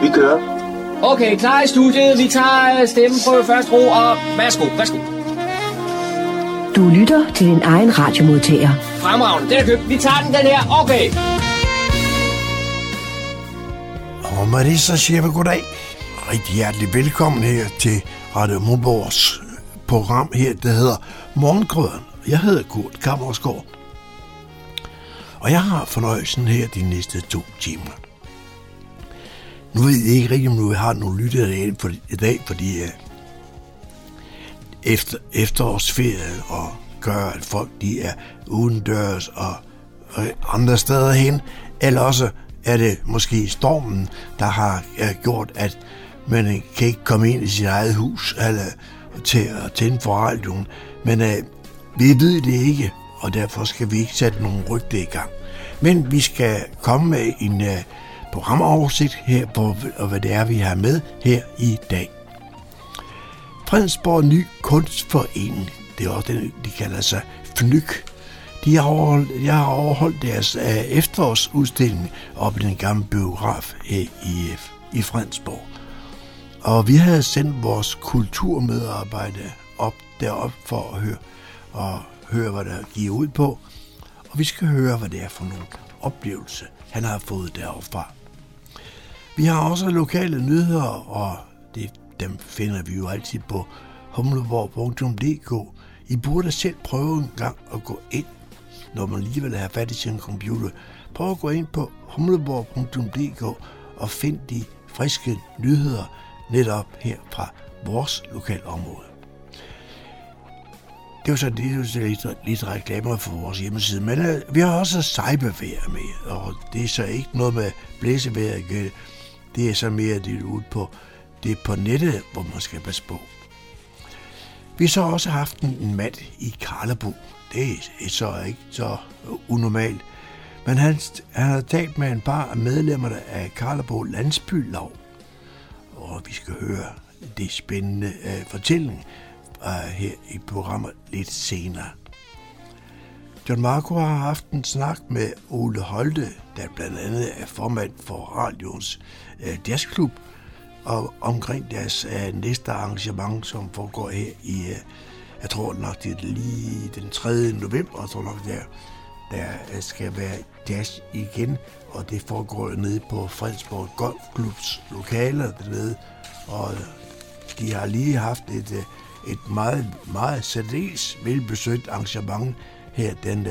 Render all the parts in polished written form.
Vi kører. Okay, klar i studiet. Vi tager stemmeprøve først, ro, og værsgo. Du lytter til din egen radiomodtager. Fremragende, den er købt. Vi tager den her. Okay. Og med det så siger vi goddag. Rigtig hjertelig velkommen her til Radio Humleborgs program her, der hedder Morgengrøden. Jeg hedder Kurt Kammersgaard. Og jeg har fornøjelsen her de næste 2 timer. Nu ved jeg ikke rigtig, om vi har nogle lyttere i dag, fordi efterårsferie og gør, at folk de er udendørs og andre steder hen. Eller også er det måske stormen, der har gjort, at man kan ikke komme ind i sit eget hus eller til at tænde for radioen. Men vi ved det ikke, og derfor skal vi ikke sætte nogen rygte i gang. Men vi skal komme med en programoversigt her på, hvad det er, vi har med her i dag. Fredensborg Ny Kunstforening, det er også den, de kalder sig FNYK. Jeg har overholdt deres efterårsudstilling op i den gamle biograf i Fredensborg. Og vi havde sendt vores kulturmedarbejdere op derop for at høre, hvad der giver ud på. Og vi skal høre, hvad det er for nogle oplevelser, han har fået deroppefra. Vi har også lokale nyheder, og dem finder vi jo altid på humleborg.dk. I burde selv prøve en gang at gå ind, når man alligevel har fat i sin computer. Prøv at gå ind på humleborg.dk og find de friske nyheder netop her fra vores lokalområde. Det er jo så lidt reklamer for vores hjemmeside, men vi har også cybervejr med, og det er så ikke noget med blæsevejr. Det er så mere det ud på det på nettet, hvor man skal passe på. Vi har så også haft en mand i Karlebo. Det er så ikke så unormalt. Men han har talt med en par af medlemmerne af Karlebo Landsbylav. Og vi skal høre det spændende fortælling her i programmet lidt senere. John Marco har haft en snak med Ole Holte, der blandt andet er formand for Radions jazzklub, og omkring deres næste arrangement, som foregår her i, jeg tror nok det er lige den 3. november, jeg tror nok der skal være jazz igen, og det foregår nede på Fredensborg Golfklubs lokaler dernede, og de har lige haft et meget, meget særdeles velbesøgt arrangement her den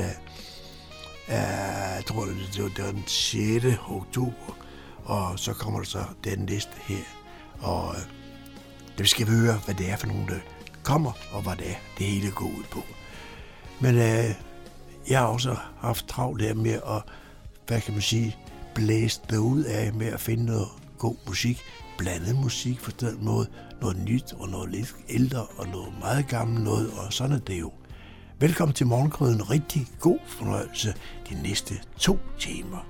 jeg tror det var den 6. oktober, og så kommer der så den næste her, og det skal vi høre, hvad det er for nogen, der kommer, og hvad det er, det hele går ud på. Men jeg har også haft travlt her med at, hvad kan man sige, blæse det ud af med at finde noget god musik, blandet musik for den måde, noget nyt og noget lidt ældre og noget meget gammelt noget, og sådan er det jo. Velkommen til Morgengrøden. Rigtig god fornøjelse de næste 2 timer.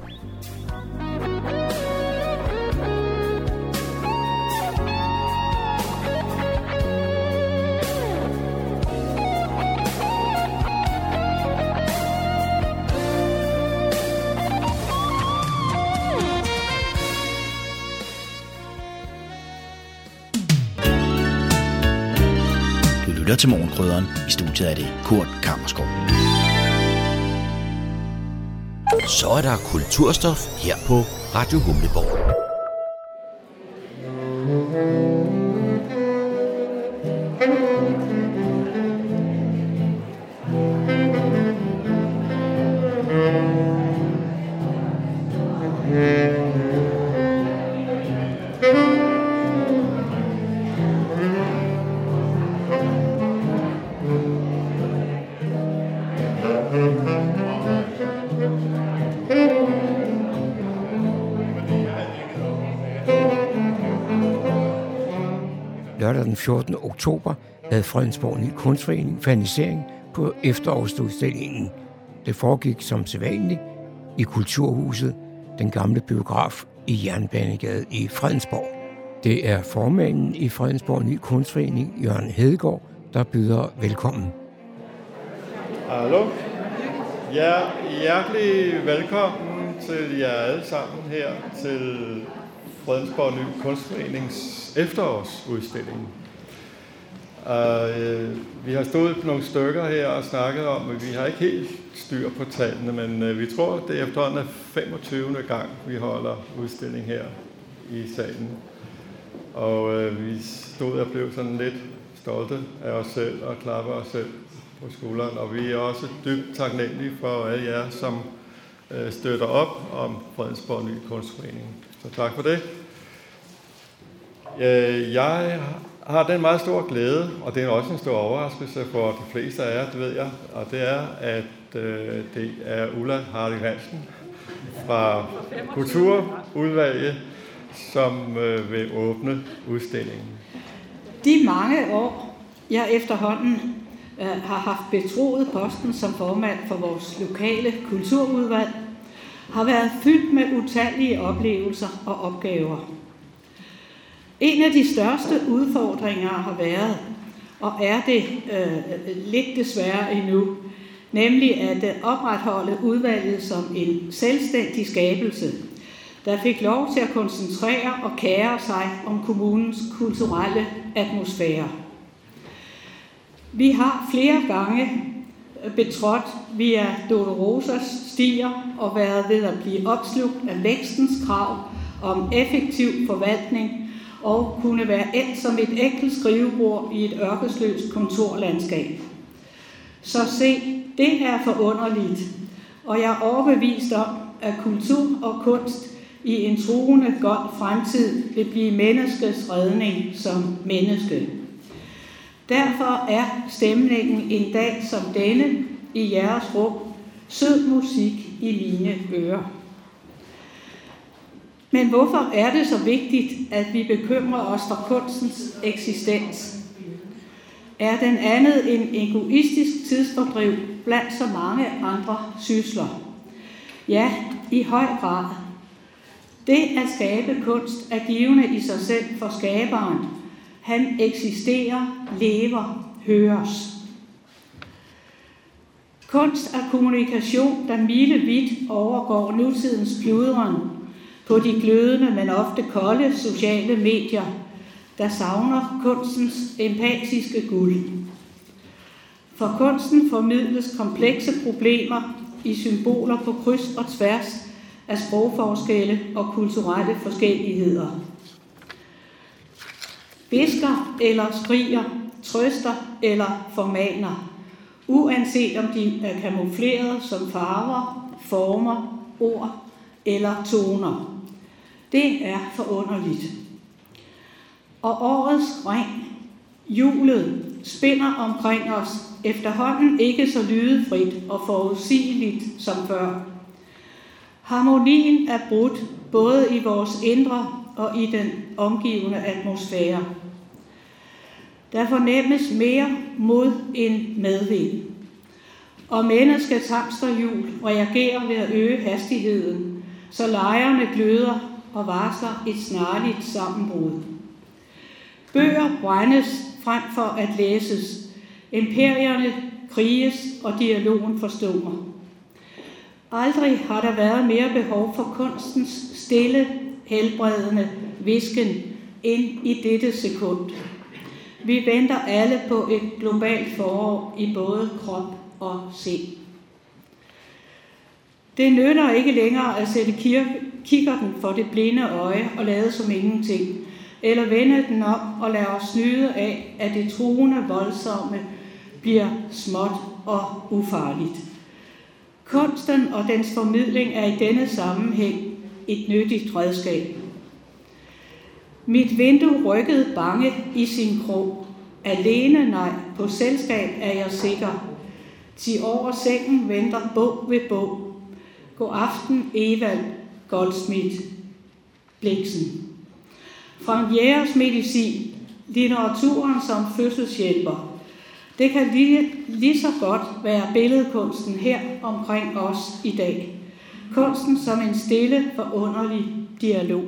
Lytter til Morgenkrydderen. I studiet er det Kurt Kammersgaard. Så er der kulturstof her på Radio Humleborg. Lørdag den 14. oktober havde Fredensborg Ny Kunstforening fernisering på efterårsudstillingen. Det foregik som sædvanligt i Kulturhuset, den gamle biograf i Jernbanegade i Fredensborg. Det er formanden i Fredensborg Ny Kunstforening, Jørgen Hedegaard, der byder velkommen. Hallo. Ja, hjertelig velkommen til jer alle sammen her til Fredensborg Ny Kunstforenings efterårsudstilling. Vi har stået på nogle stykker her og snakket om, at vi har ikke helt styr på tallene, men vi tror, det er efterhånden er 25. gang, vi holder udstilling her i salen. Og vi stod og blev sådan lidt stolte af os selv og klapper os selv på skulderen. Og vi er også dybt taknemmelige for alle jer, som støtter op om Fredensborg Ny Kunstforening. Så tak for det. Jeg har den meget stor glæde, og det er også en stor overraskelse for de fleste af jer, det ved jeg, og det er, at det er Ulla Hardy Hansen fra Kulturudvalget, som vil åbne udstillingen. De mange år, jeg efterhånden har haft betroet posten som formand for vores lokale kulturudvalg, har været fyldt med utallige oplevelser og opgaver. En af de største udfordringer har været, og er det lidt desværre endnu, nemlig at opretholde udvalget som en selvstændig skabelse, der fik lov til at koncentrere og kære sig om kommunens kulturelle atmosfære. Vi har flere gange betrådt via Dolorosas stier og været ved at blive opslugt af vækstens krav om effektiv forvaltning og kunne være endt som et enkelt skrivebord i et ørkesløst kontorlandskab. Så se, det er forunderligt, og jeg er overbevist om, at kultur og kunst i en truende god fremtid vil blive menneskets redning som menneske. Derfor er stemningen en dag som denne i jeres rum sød musik i mine ører. Men hvorfor er det så vigtigt, at vi bekymrer os for kunstens eksistens? Er den andet en egoistisk tidsfordriv blandt så mange andre sysler? Ja, i høj grad. Det at skabe kunst er givende i sig selv for skaberen. Han eksisterer, lever, høres. Kunst er kommunikation, der milevidt overgår nutidens pludren på de glødende, men ofte kolde sociale medier, der savner kunstens empatiske guld. For kunsten formidles komplekse problemer i symboler på kryds og tværs af sprogforskelle og kulturelle forskelligheder. Visker eller skriger, trøster eller formaner, uanset om de er kamufleret som farver, former, ord eller toner. Det er forunderligt. Og årets ring, hjulet, spinder omkring os efterhånden ikke så lydefrit og forudsigeligt som før. Harmonien er brudt både i vores indre og i den omgivende atmosfære. Der fornemmes mere mod end medvind. Og menneskets hamsterhjul reagerer ved at øge hastigheden, så lejrene gløder og varsler et snarligt sammenbrud. Bøger brændes frem for at læses. Imperierne kriges, og dialogen forstummer. Aldrig har der været mere behov for kunstens stille, helbredende hvisken end i dette sekund. Vi venter alle på et globalt forår i både krop og sind. Det nytter ikke længere at sætte kikkerten for det blinde øje og lade som ingenting, eller vende den om og lade os snyde af, at det truende voldsomme bliver småt og ufarligt. Kunsten og dens formidling er i denne sammenhæng et nyttigt redskab. Mit vindue rykkede bange i sin krog. Alene nej, på selskab er jeg sikker. Ti over sengen venter bog ved bog. God aften, Evald Goldsmith Bliksen. Frank Jægers medicin, litteraturen som fødselshjælper. Det kan lige så godt være billedkunsten her omkring os i dag. Kunsten som en stille, forunderlig dialog.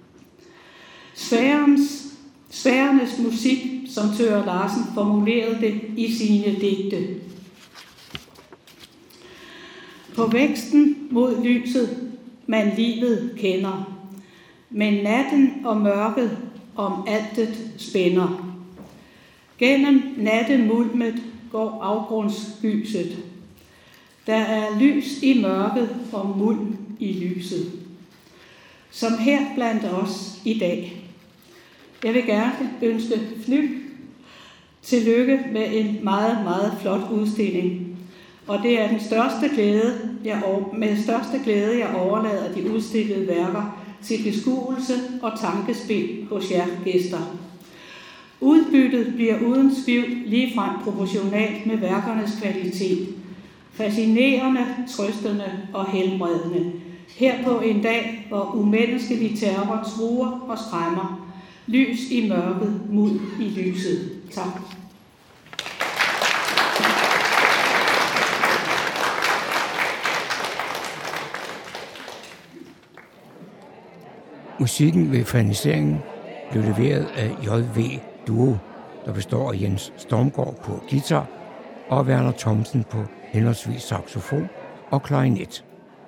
Sfærernes musik, som Thøger Larsen formulerede det i sine digte. På væksten mod lyset, man livet kender. Men natten og mørket om altet spænder. Gennem nattemulmet går afgrundsgyset. Der er lys i mørket og mulm i lyset. Som her blandt os i dag. Jeg vil gerne ønske Fny tillykke med en meget, meget flot udstilling. Og det er med største glæde, jeg overlader de udstillede værker til beskuelse og tankespil hos jer gæster. Udbyttet bliver uden tvivl ligefrem proportionalt med værkernes kvalitet. Fascinerende, trøstende og helbredende. Her på en dag, hvor umenneskelig terror truer og skræmmer. Lys i mørket, muld i lyset. Tak. Musikken ved ferniseringen blev leveret af JV Duo, der består af Jens Stormgaard på guitar og Werner Thomsen på henholdsvis saxofon og klarinet.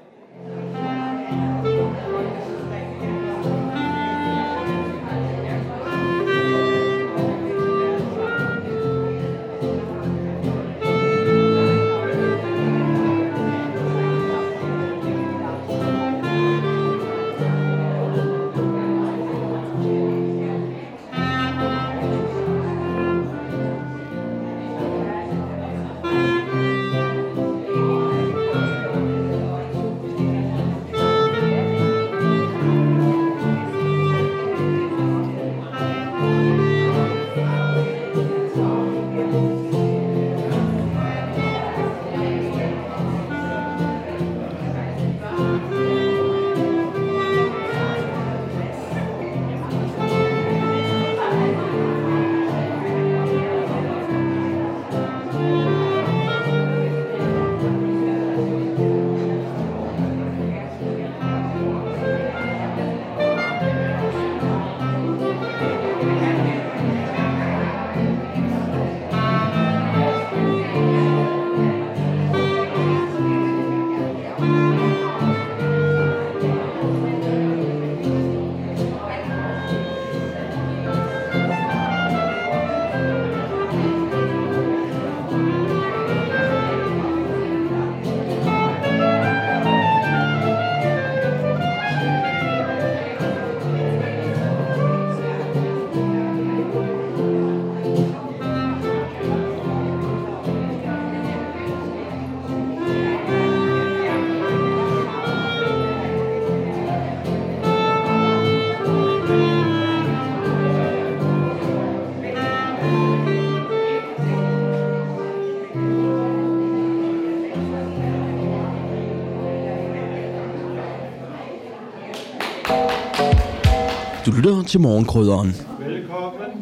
Du lytter til Morgenkrydderen. Velkommen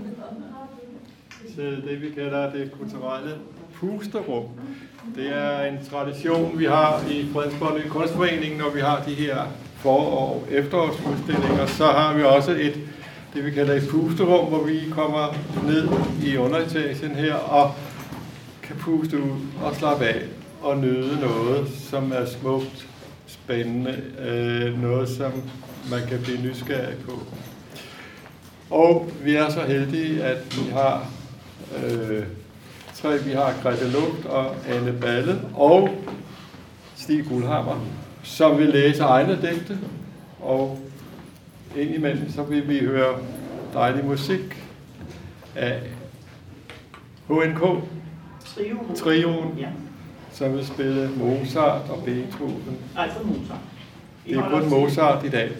til det, vi kalder det kulturelle pusterum. Det er en tradition, vi har i Fredensborg Ny Kunstforening, når vi har de her forår- og efterårsudstillinger. Så har vi også det, vi kalder et pusterum, hvor vi kommer ned i underetagen her og kan puste ud og slappe af og nyde noget, som er smukt, spændende, noget, som man kan blive nysgerrig på. Og vi er så heldige, at vi har vi har Grete Lugt og Anne Balle og Stig Guldhammer, som vil læse egne digte, og indimellem så vil vi høre dejlig musik af HNK Trioen, ja, som vil spille Mozart og Beethoven. Altså Mozart. Det er kun Mozart i dag.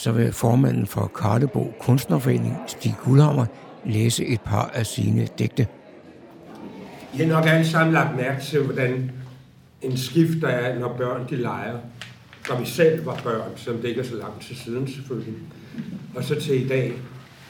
så vil formanden for Karlebo Kunstnerforening, Stig Guldhammer, læse et par af sine digte. I har nok alle sammen lagt mærke til, hvordan en skift der er, når børn de leger. Når vi selv var børn, som det ikke er så langt til siden selvfølgelig. Og så til i dag.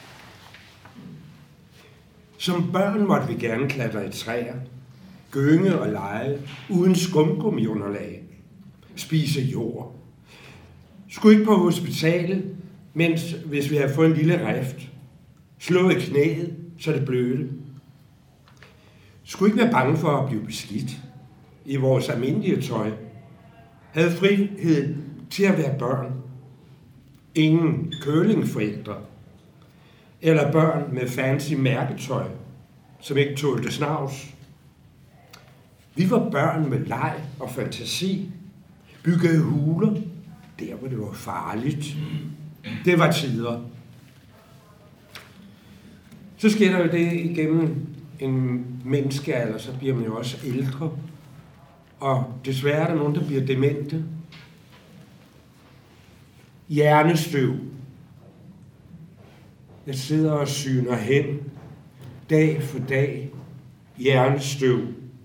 Som børn måtte vi gerne klatre i træer, gynge og lege, uden skumgummiunderlag, spise jord. Skulle ikke på hospitalet, hvis vi havde fået en lille rift, slå i knæet, så det blødte. Skulle ikke være bange for at blive beskidt i vores almindelige tøj. Havde frihed til at være børn. Ingen curlingforældre. Eller børn med fancy mærketøj, som ikke tålte snavs. Vi var børn med leg og fantasi. Byggede huler, der hvor det var farligt. Det var tider. Så sker der jo det igennem en menneskealder, så bliver man jo også ældre. Og desværre er der nogen, der bliver demente. Hjernestøv. Jeg sidder og syner hen, dag for dag, hjernestøv.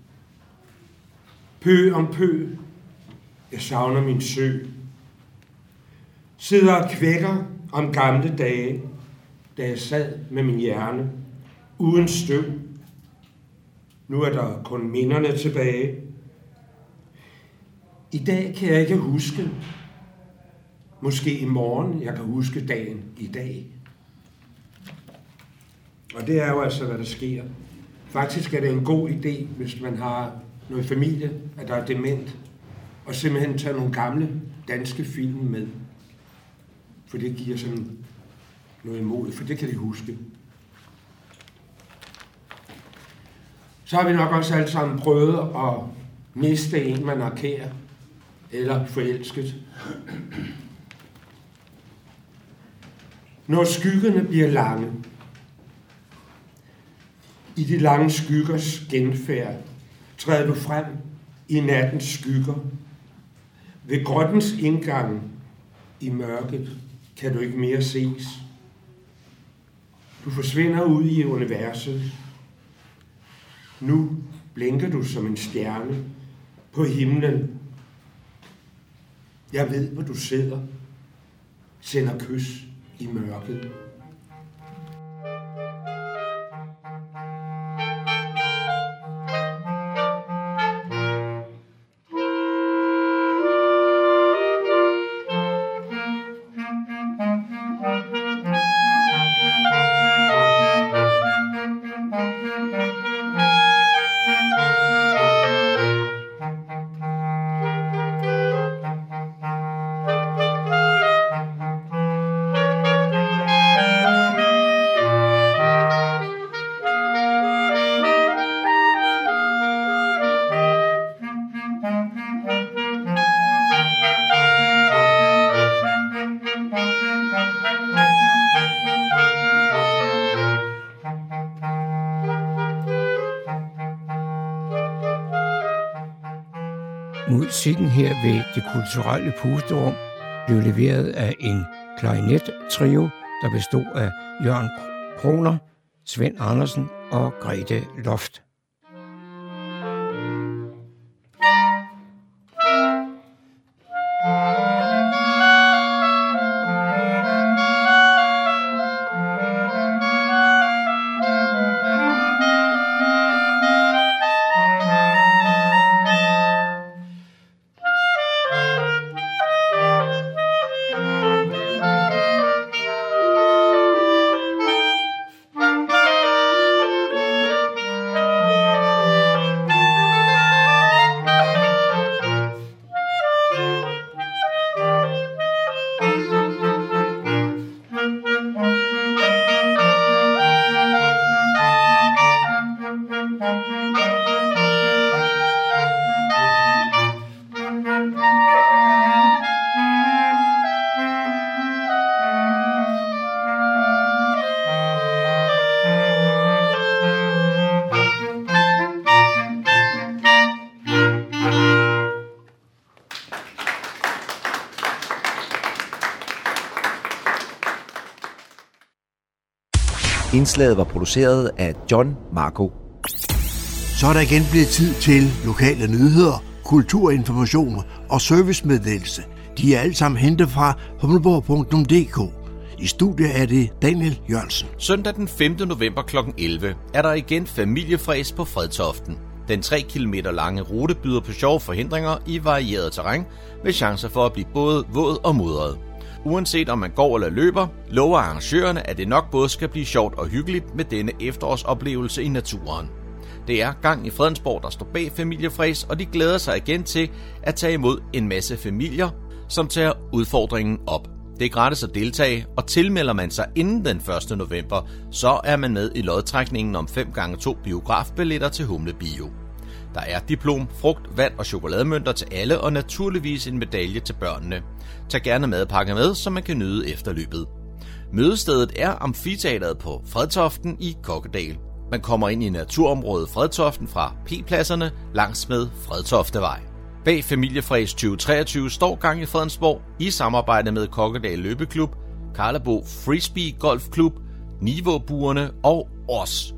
Pø om pø, jeg savner min sø. Sidder og kvækker om gamle dage, da jeg sad med min hjerne, uden støv. Nu er der kun minderne tilbage. I dag kan jeg ikke huske. Måske i morgen, jeg kan huske dagen i dag. Og det er jo altså, hvad der sker. Faktisk er det en god idé, hvis man har noget familie, at der er dement, og simpelthen tage nogle gamle danske film med. For det giver sådan noget imod, for det kan de huske. Så har vi nok også alle sammen prøvet at miste en, man er kær eller forelsket. Når skyggerne bliver lange, i de lange skyggers genfærd, træder du frem i nattens skygger. Ved grottens indgang i mørket kan du ikke mere ses. Du forsvinder ud i universet. Nu blinker du som en stjerne på himlen. Jeg ved, hvor du sidder, sender kys i mørket. Musikken her ved Det Kulturelle Pusterum blev leveret af en klarinet-trio, der bestod af Jørgen Kroner, Svend Andersen og Grete Loft. Indslaget var produceret af John Marco. Så er der igen blevet tid til lokale nyheder, kulturinformationer og servicemeddelelse. De er alle sammen hentet fra humleborg.dk. I studiet er det Daniel Jørgensen. Søndag den 5. november kl. 11 er der igen familiefræs på Fredtoften. Den 3 km lange rute byder på sjove forhindringer i varieret terræn med chancer for at blive både våd og mudret. Uanset om man går eller løber, lover arrangørerne, at det nok både skal blive sjovt og hyggeligt med denne efterårsoplevelse i naturen. Det er Gang i Fredensborg, der står bag familiefræs, og de glæder sig igen til at tage imod en masse familier, som tager udfordringen op. Det er gratis at deltage, og tilmelder man sig inden den 1. november, så er man med i lodtrækningen om 5x2 biografbilletter til Humle Bio. Der er diplom, frugt, vand og chokolademønter til alle, og naturligvis en medalje til børnene. Tag gerne madpakke med, så man kan nyde efterløbet. Mødestedet er Amfiteatret på Fredtoften i Kokkedal. Man kommer ind i naturområdet Fredtoften fra P-pladserne langs med Fredtoftevej. Bag Familiefræs 2023 står Gang i Fredensborg i samarbejde med Kokkedal Løbeklub, Karlebo Frisbee Golfklub, Nivåbuerne og os.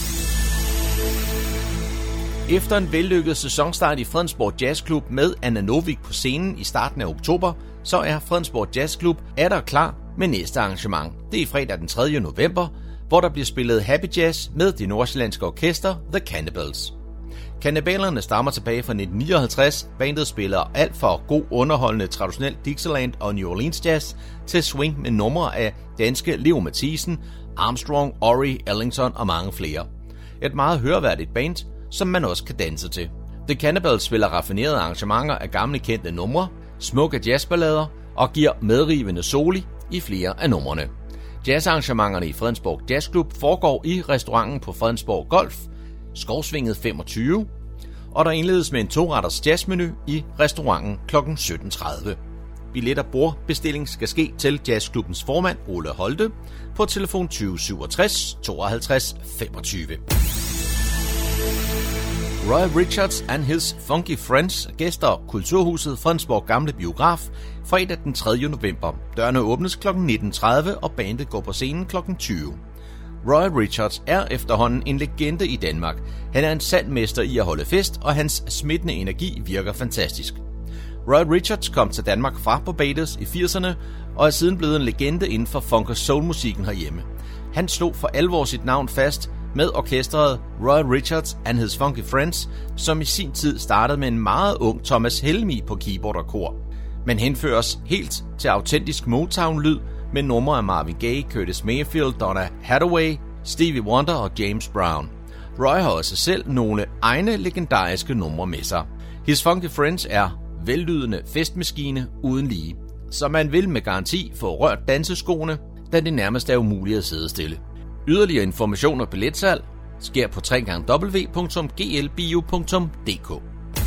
Efter en vellykket sæsonstart i Fredensborg Jazzklub med Anna Novik på scenen i starten af oktober, så er Fredensborg Jazzklub atter klar med næste arrangement. Det er fredag den 3. november, hvor der bliver spillet Happy Jazz med det nordsjællandske orkester The Cannibals. Kannibalerne stammer tilbage fra 1959. Bandet spiller alt fra god underholdende traditionel Dixieland og New Orleans jazz til swing med numre af danske Leo Mathisen, Armstrong, Ori, Ellington og mange flere. Et meget høreværdigt band, som man også kan danse til. The Cannibals spiller raffinerede arrangementer af gamle kendte numre, smukke jazzballader og giver medrivende soli i flere af numrene. Jazzarrangementerne i Fredensborg Jazzklub foregår i restauranten på Fredensborg Golf, Skovsvinget 25, og der indledes med en 2-retters jazzmenu i restauranten kl. 17.30. Billet- og bordbestilling skal ske til jazzklubbens formand Ole Holte på telefon 20 67 52 25. Roy Richards and his Funky Friends gæster Kulturhuset Fredensborg Gamle Biograf fredag den 3. november. Dørene åbnes kl. 19.30, og bandet går på scenen kl. 20. Roy Richards er efterhånden en legende i Danmark. Han er en sand mester i at holde fest, og hans smittende energi virker fantastisk. Roy Richards kom til Danmark fra Barbados i 80'erne, og er siden blevet en legende inden for funk- og soul-musikken herhjemme. Han slog for alvor sit navn fast med orkestret Roy Richards and his Funky Friends, som i sin tid startede med en meget ung Thomas Helmig på keyboard og kor. Men henføres helt til autentisk Motown-lyd med numre af Marvin Gaye, Curtis Mayfield, Donna Hathaway, Stevie Wonder og James Brown. Roy har også selv nogle egne legendariske numre med sig. His Funky Friends er vellydende festmaskine uden lige, så man vil med garanti få rørt danseskoene, da det nærmest er umuligt at sidde stille. Yderligere information og billetsalg sker på www.glbio.dk.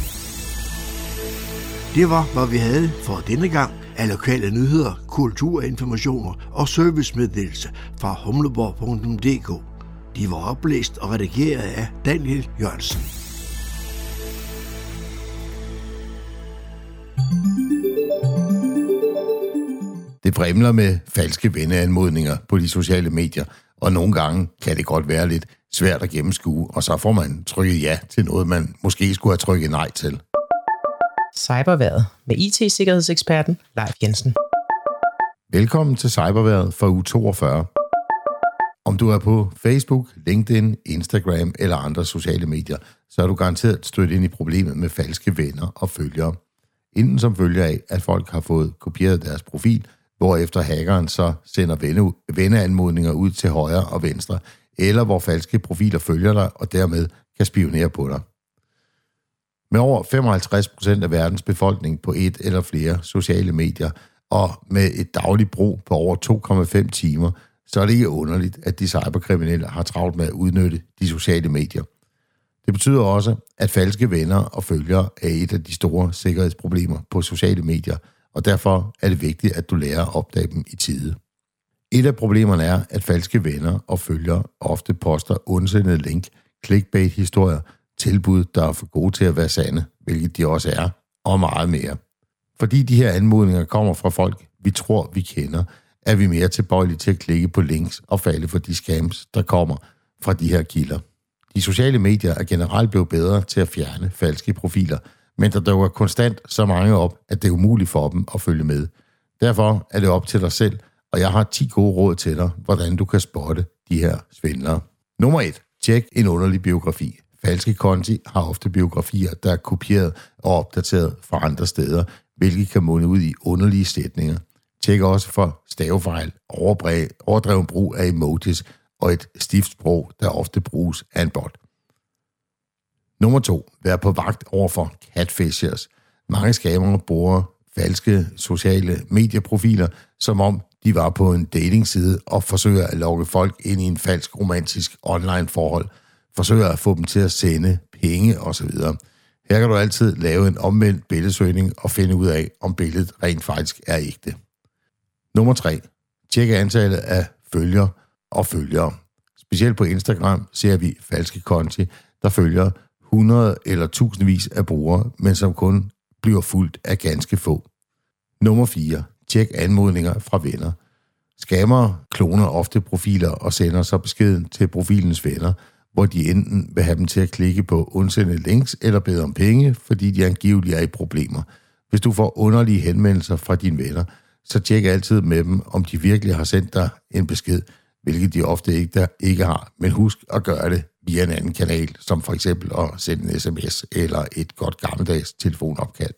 Det var, hvad vi havde for denne gang af lokale nyheder, kulturinformationer og servicemeddelelse fra humleborg.dk. De var oplæst og redigeret af Daniel Jørgensen. Det vrimler med falske venneanmodninger på de sociale medier, og nogle gange kan det godt være lidt svært at gennemskue, og så får man trykket ja til noget, man måske skulle have trykket nej til. Cyberværet med IT-sikkerhedseksperten Leif Jensen. Velkommen til Cyberværet for uge 42. Om du er på Facebook, LinkedIn, Instagram eller andre sociale medier, så er du garanteret stødt ind i problemet med falske venner og følgere. Enten som følge af, at folk har fået kopieret deres profil, hvorefter hackeren så sender venneanmodninger ud til højre og venstre, eller hvor falske profiler følger dig og dermed kan spionere på dig. Med over 55% af verdens befolkning på et eller flere sociale medier, og med et dagligt brug på over 2,5 timer, så er det ikke underligt, at de cyberkriminelle har travlt med at udnytte de sociale medier. Det betyder også, at falske venner og følgere er et af de store sikkerhedsproblemer på sociale medier, og derfor er det vigtigt, at du lærer at opdage dem i tide. Et af problemerne er, at falske venner og følgere ofte poster ondsindede link, clickbait-historier, tilbud, der er for gode til at være sande, hvilket de også er, og meget mere. Fordi de her anmodninger kommer fra folk, vi tror, vi kender, er vi mere tilbøjelige til at klikke på links og falde for de scams, der kommer fra de her kilder. De sociale medier er generelt blevet bedre til at fjerne falske profiler, men der dukker konstant så mange op, at det er umuligt for dem at følge med. Derfor er det op til dig selv, og jeg har 10 gode råd til dig, hvordan du kan spotte de her svindlere. Nummer 1. Tjek en underlig biografi. Falske konti har ofte biografier, der er kopieret og opdateret fra andre steder, hvilket kan munde ud i underlige sætninger. Tjek også for stavefejl, overdreven brug af emojis og et stift sprog, der ofte bruges af en bot. Nummer 2. Vær på vagt overfor catfishers. Mange scammere bruger falske sociale medieprofiler, som om de var på en datingside og forsøger at lokke folk ind i en falsk romantisk online forhold, forsøger at få dem til at sende penge osv. Her kan du altid lave en omvendt billedsøgning og finde ud af, om billedet rent faktisk er ægte. Nummer 3. Tjek antallet af følgere. Specielt på Instagram ser vi falske konti, der følger 100 eller tusindvis af brugere, men som kun bliver fulgt af ganske få. Nummer 4. Tjek anmodninger fra venner. Scammere kloner ofte profiler og sender så beskeden til profilens venner, hvor de enten vil have dem til at klikke på undsendte links eller bede om penge, fordi de angiveligt er i problemer. Hvis du får underlige henvendelser fra dine venner, så tjek altid med dem, om de virkelig har sendt dig en besked, hvilket de ofte ikke har. Men husk at gøre det via en anden kanal, som for eksempel at sende en sms eller et godt gammeldags telefonopkald.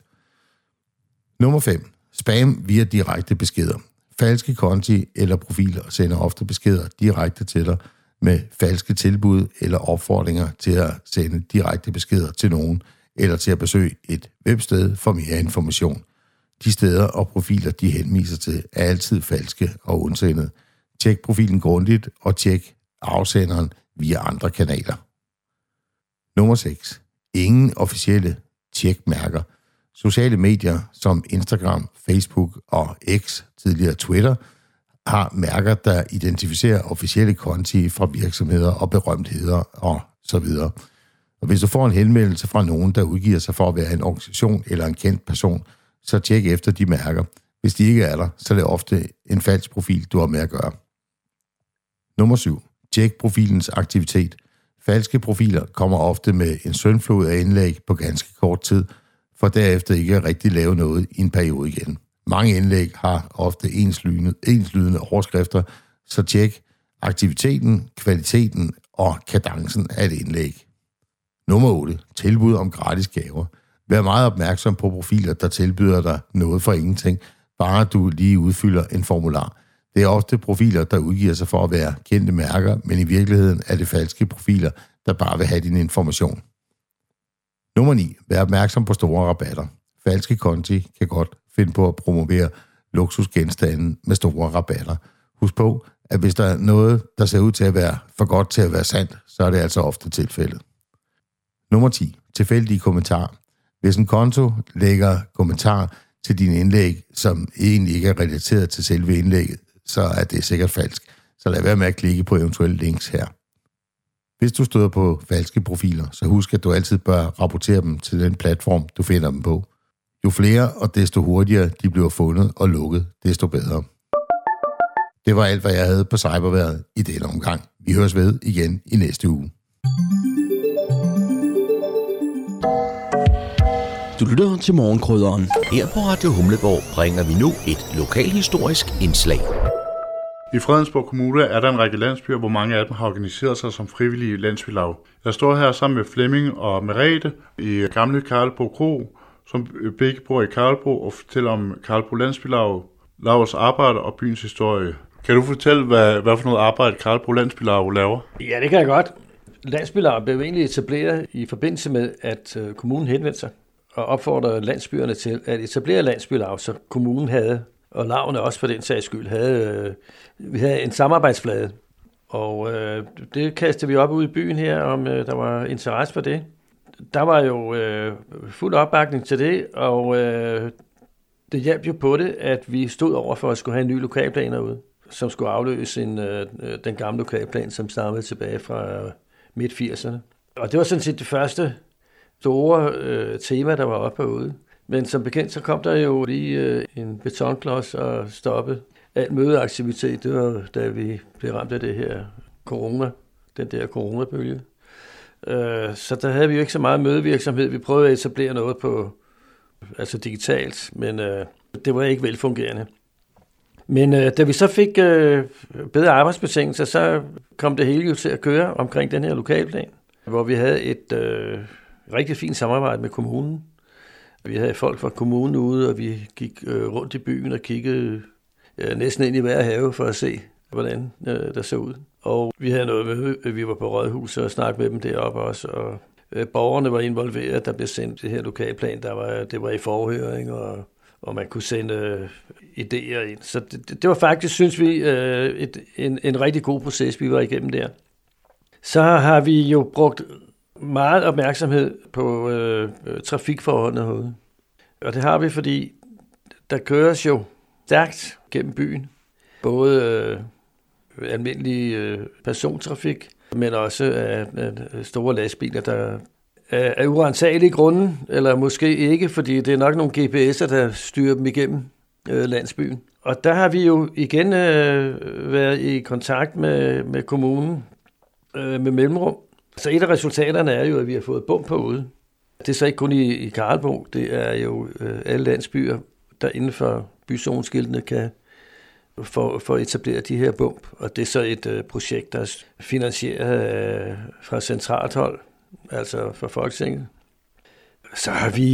Nummer 5. Spam via direkte beskeder. Falske konti eller profiler sender ofte beskeder direkte til dig med falske tilbud eller opfordringer til at sende direkte beskeder til nogen eller til at besøge et websted for mere information. De steder og profiler, de henviser til, er altid falske og ondsindede. Tjek profilen grundigt og tjek afsenderen via andre kanaler. Nummer 6. Ingen officielle tjekmærker. Sociale medier som Instagram, Facebook og X, tidligere Twitter, har mærker, der identificerer officielle konti fra virksomheder og berømtheder og så videre. Og hvis du får en henvendelse fra nogen, der udgiver sig for at være en organisation eller en kendt person, så tjek efter de mærker. Hvis de ikke er der, så er det ofte en falsk profil, du har med at gøre. Nummer 7. Tjek profilens aktivitet. Falske profiler kommer ofte med en syndflod af indlæg på ganske kort tid, for derefter ikke at rigtig lave noget i en periode igen. Mange indlæg har ofte enslydende overskrifter, så tjek aktiviteten, kvaliteten og kadencen af et indlæg. Nummer 8. Tilbud om gratis gaver. Vær meget opmærksom på profiler, der tilbyder dig noget for ingenting, bare du lige udfylder en formular. Det er ofte profiler, der udgiver sig for at være kendte mærker, men i virkeligheden er det falske profiler, der bare vil have din information. Nummer 9. Vær opmærksom på store rabatter. Falske konti kan godt finde på at promovere luksusgenstande med store rabatter. Husk på, at hvis der er noget, der ser ud til at være for godt til at være sandt, så er det altså ofte tilfældet. Nummer 10. Tilfældige kommentarer. Hvis en konto lægger kommentarer til dine indlæg, som egentlig ikke er relateret til selve indlægget, så er det sikkert falsk. Så lad være med at klikke på eventuelle links her. Hvis du støder på falske profiler, så husk, at du altid bør rapportere dem til den platform, du finder dem på. Jo flere og desto hurtigere de bliver fundet og lukket, desto bedre. Det var alt, hvad jeg havde på Cyberværet i denne omgang. Vi høres ved igen i næste uge. Du lytter til Morgenkrydderen. Her på Radio Humleborg bringer vi nu et lokalhistorisk indslag. I Fredensborg Kommune er der en række landsbyer, hvor mange af dem har organiseret sig som frivillige landsbylav. Jeg står her sammen med Flemming og Merete i gamle Karlbro Kro, som begge bor i Karlbro og fortæller om Karlbro Landsbylav, lavets arbejde og byens historie. Kan du fortælle, hvad for noget arbejde Karlbro Landsbylav laver? Ja, det kan jeg godt. Landsbylav blev egentlig etableret i forbindelse med, at kommunen henvendte sig og opfordrede landsbyerne til at etablere landsbylav, så kommunen havde, og lavene også for den sags skyld, vi havde en samarbejdsflade. Og det kastede vi op ude i byen her, om der var interesse for det. Der var jo fuld opbakning til det, og det hjalp jo på det, at vi stod over for at skulle have en ny lokalplan derude, som skulle afløse den gamle lokalplan, som stammede tilbage fra midt-80'erne. Og det var sådan set det første store tema, der var oppe herude. Men som bekendt, så kom der jo lige en betonklods og stoppede al mødeaktivitet, det var da vi blev ramt af det her den der coronabølge. Så der havde vi jo ikke så meget mødevirksomhed. Vi prøvede at etablere noget altså digitalt, men det var ikke velfungerende. Men da vi så fik bedre arbejdsbetingelser, så kom det hele jo til at køre omkring den her lokalplan, hvor vi havde et rigtig fint samarbejde med kommunen. Vi havde folk fra kommunen ude, og vi gik rundt i byen og kiggede næsten ind i hver have for at se, hvordan der så ud. Og vi havde noget med, vi var på Rådhuset og snakkede med dem deroppe også, og borgerne var involveret, der blev sendt det her lokalplan, det var i forhøring, og man kunne sende idéer ind. Så det var faktisk, synes vi, en rigtig god proces, vi var igennem der. Så har vi jo brugt meget opmærksomhed på trafikforholdene herude. Og det har vi, fordi der køres jo stærkt gennem byen. Både almindelig persontrafik, men også af store lastbiler, der af urensagelige grunde, eller måske ikke, fordi det er nok nogle GPS'er, der styrer dem igennem landsbyen. Og der har vi jo igen været i kontakt med kommunen med mellemrum. Så et af resultaterne er jo, at vi har fået bump på ude. Det er så ikke kun i Karlebo, det er jo alle landsbyer, der inden for byzoneskiltene kan få etableret de her bump. Og det er så et projekt, der er finansieret fra centralt hold, altså fra Folketinget. Så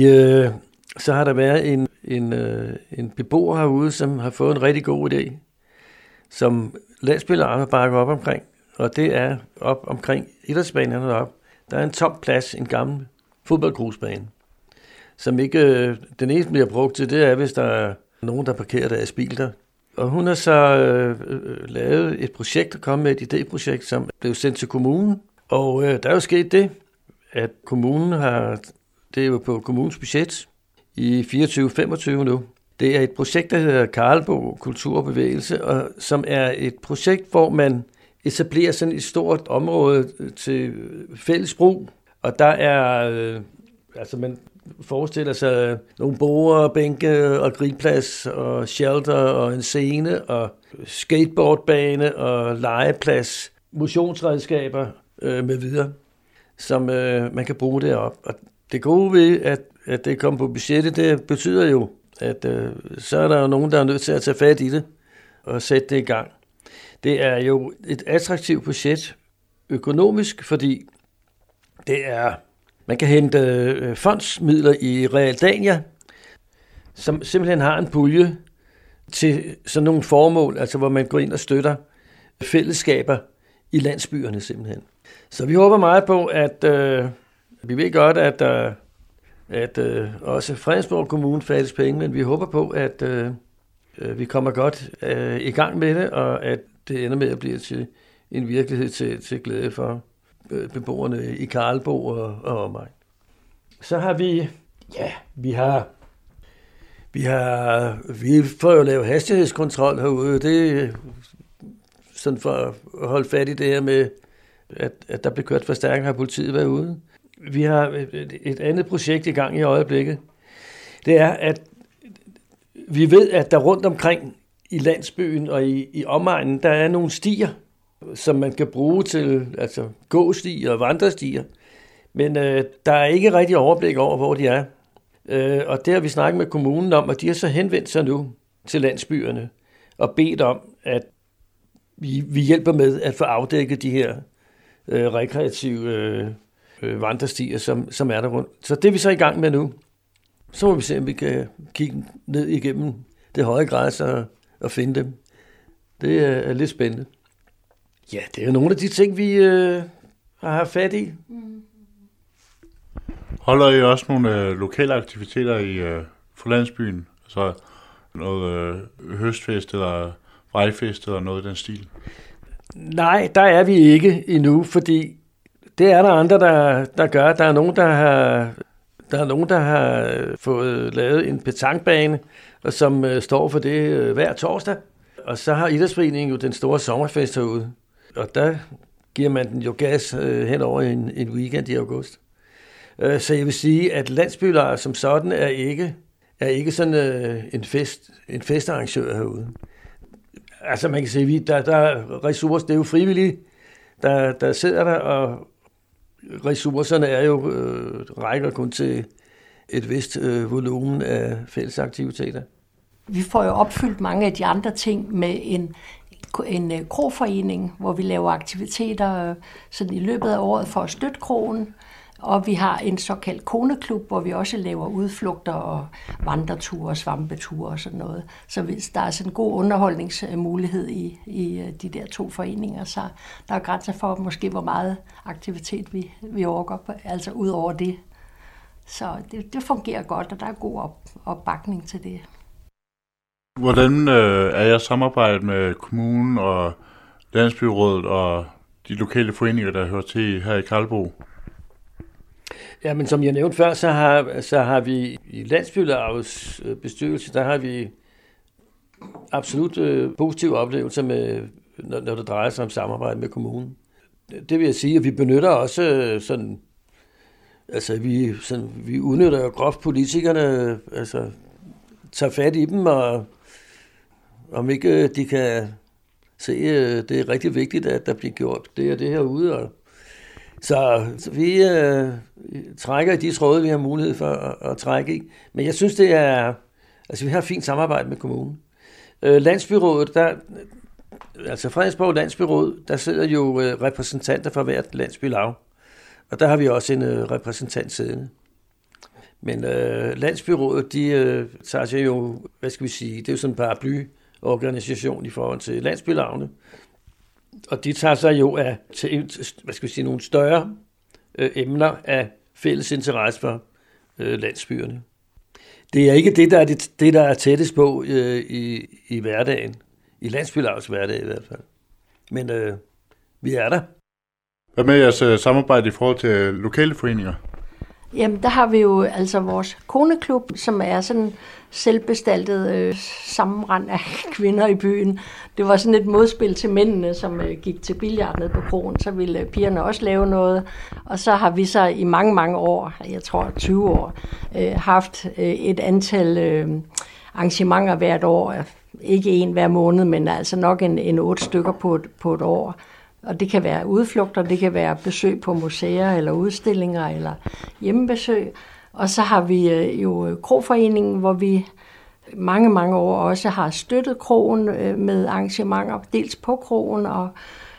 har der været en beboer herude, som har fået en rigtig god idé, som landsbylaget har bakket op omkring. Og det er op omkring idrætsbanen deroppe. Der er en tom plads, en gammel fodboldgrusbane, som ikke den eneste bliver brugt til, det er, hvis der er nogen, der parkerer deres bil der. Og hun har så lavet et projekt og kommet med et idéprojekt, som blev sendt til kommunen. Og der er jo sket det, at kommunen det er jo på kommunens budget i 24-25 nu. Det er et projekt, der hedder Karlebo Kultur og Bevægelse, og som er et projekt, hvor man etablerer sådan et stort område til fælles brug. Og der er, man forestiller sig nogle borde, bænke og grillplads og shelter og en scene og skateboardbane og legeplads, motionsredskaber med videre, som man kan bruge deroppe. Og det gode ved, at det kommer på budgettet, det betyder jo, at så er der jo nogen, der er nødt til at tage fat i det og sætte det i gang. Det er jo et attraktivt budget økonomisk, fordi man kan hente fondsmidler i Realdania, som simpelthen har en pulje til sådan nogle formål, altså hvor man går ind og støtter fællesskaber i landsbyerne simpelthen. Så vi håber meget på, at vi ved godt, at også Fredensborg Kommune fattes penge, men vi håber på, at vi kommer godt i gang med det, og at det ender med at blive til en virkelighed til glæde for beboerne i Karlebo og omegn. Så har vi får jo lavet hastighedskontrol herude. Det er sådan for at holde fat i det her med, at der bliver kørt for stærkt, har politiet været ude. Vi har et andet projekt i gang i øjeblikket. Det er, at vi ved, at der rundt omkring i landsbyen og i omegnen, der er nogle stier, som man kan bruge til gåstier og vandrestier. Men der er ikke rigtig overblik over, hvor de er. Og det har vi snakket med kommunen om, og de har så henvendt sig nu til landsbyerne og bedt om, at vi hjælper med at få afdækket de her rekreative vandrestier, som er der rundt. Så det er vi så i gang med nu. Så må vi se, om vi kan kigge ned igennem det høje græs og finde dem. Det er lidt spændende. Ja, det er jo nogle af de ting, vi har haft fat i. Holder I også nogle lokale aktiviteter i for landsbyen? Altså noget høstfest eller vejfest eller noget i den stil? Nej, der er vi ikke endnu, fordi det er der andre, der gør. Der er nogen, der har fået lavet en petankbane, og som står for det hver torsdag. Og så har Idrætsforeningen jo den store sommerfest herude. Og der giver man den jo gas hen over en weekend i august. Så jeg vil sige, at landsbylejre som sådan er ikke sådan en festarrangør herude. Altså man kan sige, der er ressourcer, det er jo frivillige, der sidder der, og ressourcerne er jo rækker kun til et vist volumen af fællesaktiviteter. Vi får jo opfyldt mange af de andre ting med en kroforening, hvor vi laver aktiviteter sådan i løbet af året for at støtte kroen. Og vi har en såkaldt koneklub, hvor vi også laver udflugter og vandreture og svampeture og sådan noget. Så hvis der er sådan en god underholdningsmulighed i de der 2 foreninger, så der er grænser for måske, hvor meget aktivitet vi overgår, altså ud over det. Så det fungerer godt, og der er god opbakning til det. Hvordan er jeres samarbejde med kommunen og landsbyrådet og de lokale foreninger, der hører til her i Karlebo? Ja, men som jeg nævnte før, så har vi i Landsbylavets bestyrelse, der har vi absolut positive oplevelser med, når det drejer sig om samarbejde med kommunen. Det vil jeg sige, at vi benytter også sådan, altså vi udnytter jo groft politikerne, altså tager fat i dem, og om ikke de kan se, det er rigtig vigtigt, at der bliver gjort det og det herude, og så vi trækker i de tråde, vi har mulighed for at trække i. Men jeg synes, det er... Altså, vi har fint samarbejde med kommunen. Landsbyrådet, altså Fredensborg Landsbyråd, der sidder jo repræsentanter fra hvert landsbylav. Og der har vi også en repræsentant siddende. Men Landsbyrådet, de tager sig jo, hvad skal vi sige, det er jo sådan en paraplyorganisation i forhold til landsbylavene. Og de tager sig jo af, hvad skal vi sige, nogle større emner af fælles interesse for landsbyerne. Det er ikke det, der er tættest på i hverdagen. I landsbylavets hverdag i hvert fald. Men vi er der. Hvad med jeres samarbejde i forhold til lokale foreninger? Jamen, der har vi jo altså vores koneklub, som er sådan selvbestaltet sammenrend af kvinder i byen. Det var sådan et modspil til mændene, som gik til billard nede på kroen. Så ville pigerne også lave noget. Og så har vi så i mange, mange år, jeg tror 20 år, haft et antal arrangementer hvert år. Ikke en hver måned, men altså nok en 8 stykker på et år. Og det kan være udflugter, det kan være besøg på museer eller udstillinger eller hjemmebesøg. Og så har vi jo Kroforeningen, hvor vi mange, mange år også har støttet kroen med arrangementer, dels på kroen og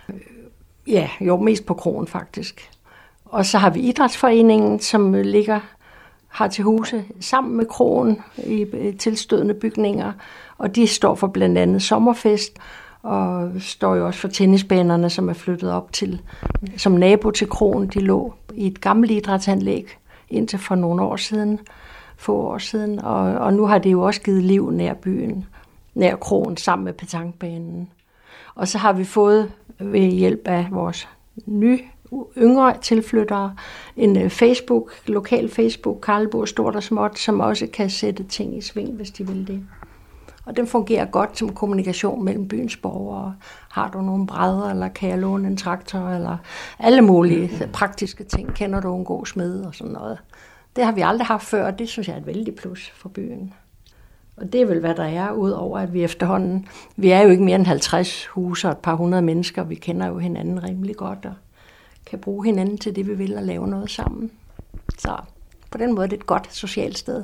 mest på kroen faktisk. Og så har vi Idrætsforeningen, som har til huse sammen med kroen i tilstødende bygninger, og de står for blandt andet sommerfest, og står jo også for tennisbanerne, som er flyttet op til, som nabo til kroen. De lå i et gammelt idrætsanlæg indtil for nogle år siden, få år siden, og nu har det jo også givet liv nær byen, nær kroen, sammen med petankbanen. Og så har vi fået ved hjælp af vores yngre tilflyttere en lokal Facebook, Karlebo Stort og Småt, som også kan sætte ting i sving, hvis de vil det. Og den fungerer godt som kommunikation mellem byens borgere. Har du nogle brædder, eller kan jeg låne en traktor, eller alle mulige praktiske ting. Kender du en god smed og sådan noget. Det har vi aldrig haft før, og det synes jeg er et vældig plus for byen. Og det er vel, hvad der er, udover at vi efterhånden... Vi er jo ikke mere end 50 huse og et par 100 mennesker. Vi kender jo hinanden rimelig godt, og kan bruge hinanden til det, vi vil, og lave noget sammen. Så på den måde er det et godt socialt sted.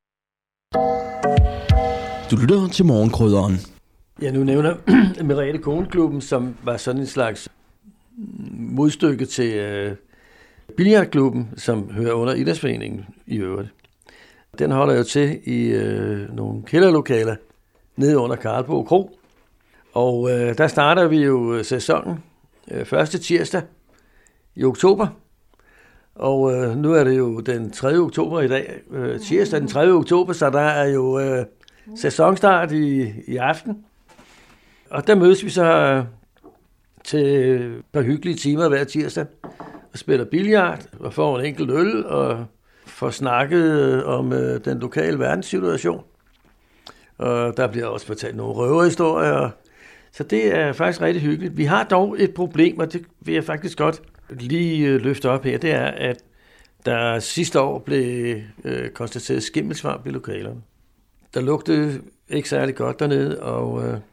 Du lytter til Morgenkrydderen. Ja, nu nævner Merete Koneklubben, som var sådan en slags modstykke til billiardklubben, som hører under Idrætsforeningen i øvrigt. Den holder jo til i nogle kælderlokaler nede under Karlebo Kro. Og der starter vi jo sæsonen første tirsdag i oktober. Og nu er det jo den 3. oktober i dag. Tirsdag den 3. oktober, så der er jo sæsonstart i aften. Og der mødes vi så til et par hyggelige timer hver tirsdag og spiller billard og får en enkelt øl og får snakket om den lokale verdenssituation. Og der bliver også fortalt nogle røverhistorier. Så det er faktisk rigtig hyggeligt. Vi har dog et problem, og det vil jeg faktisk godt lige løfte op her. Det er, at der sidste år blev konstateret skimmelsvamp i lokalerne. Der lugtede ikke særlig godt dernede, og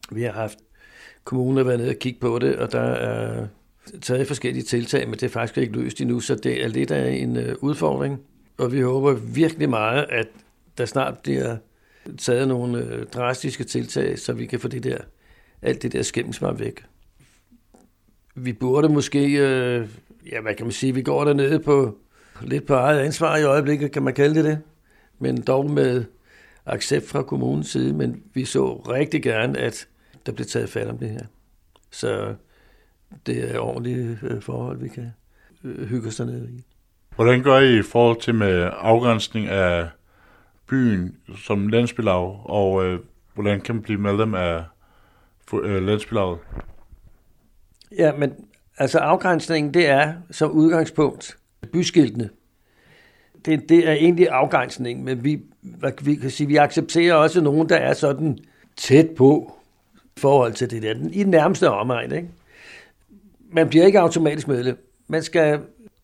Vi har haft kommuner været nede og kigge på det, og der er taget forskellige tiltag, men det er faktisk ikke løst endnu, så det er lidt af en udfordring. Og vi håber virkelig meget, at der snart bliver taget nogle drastiske tiltag, så vi kan få alt det der skæmmelsmar væk. Vi burde måske, hvad kan man sige, vi går dernede lidt på eget ansvar i øjeblikket, kan man kalde det, men dog med accept fra kommunens side, men vi så rigtig gerne, at der blev taget fat om det her. Så det er ordentlige forhold, vi kan hygge os dernede i. Hvordan gør I forhold til med afgrænsning af byen som landsbylav, og hvordan kan man blive medlem af landsbylavet? Ja, men altså afgrænsningen, det er som udgangspunkt byskiltene. Det er egentlig afgrænsningen, men vi kan sige, vi accepterer også nogen, der er sådan tæt på forhold til det der, i den nærmeste omegn, ikke? Man bliver ikke automatisk medlem. Man skal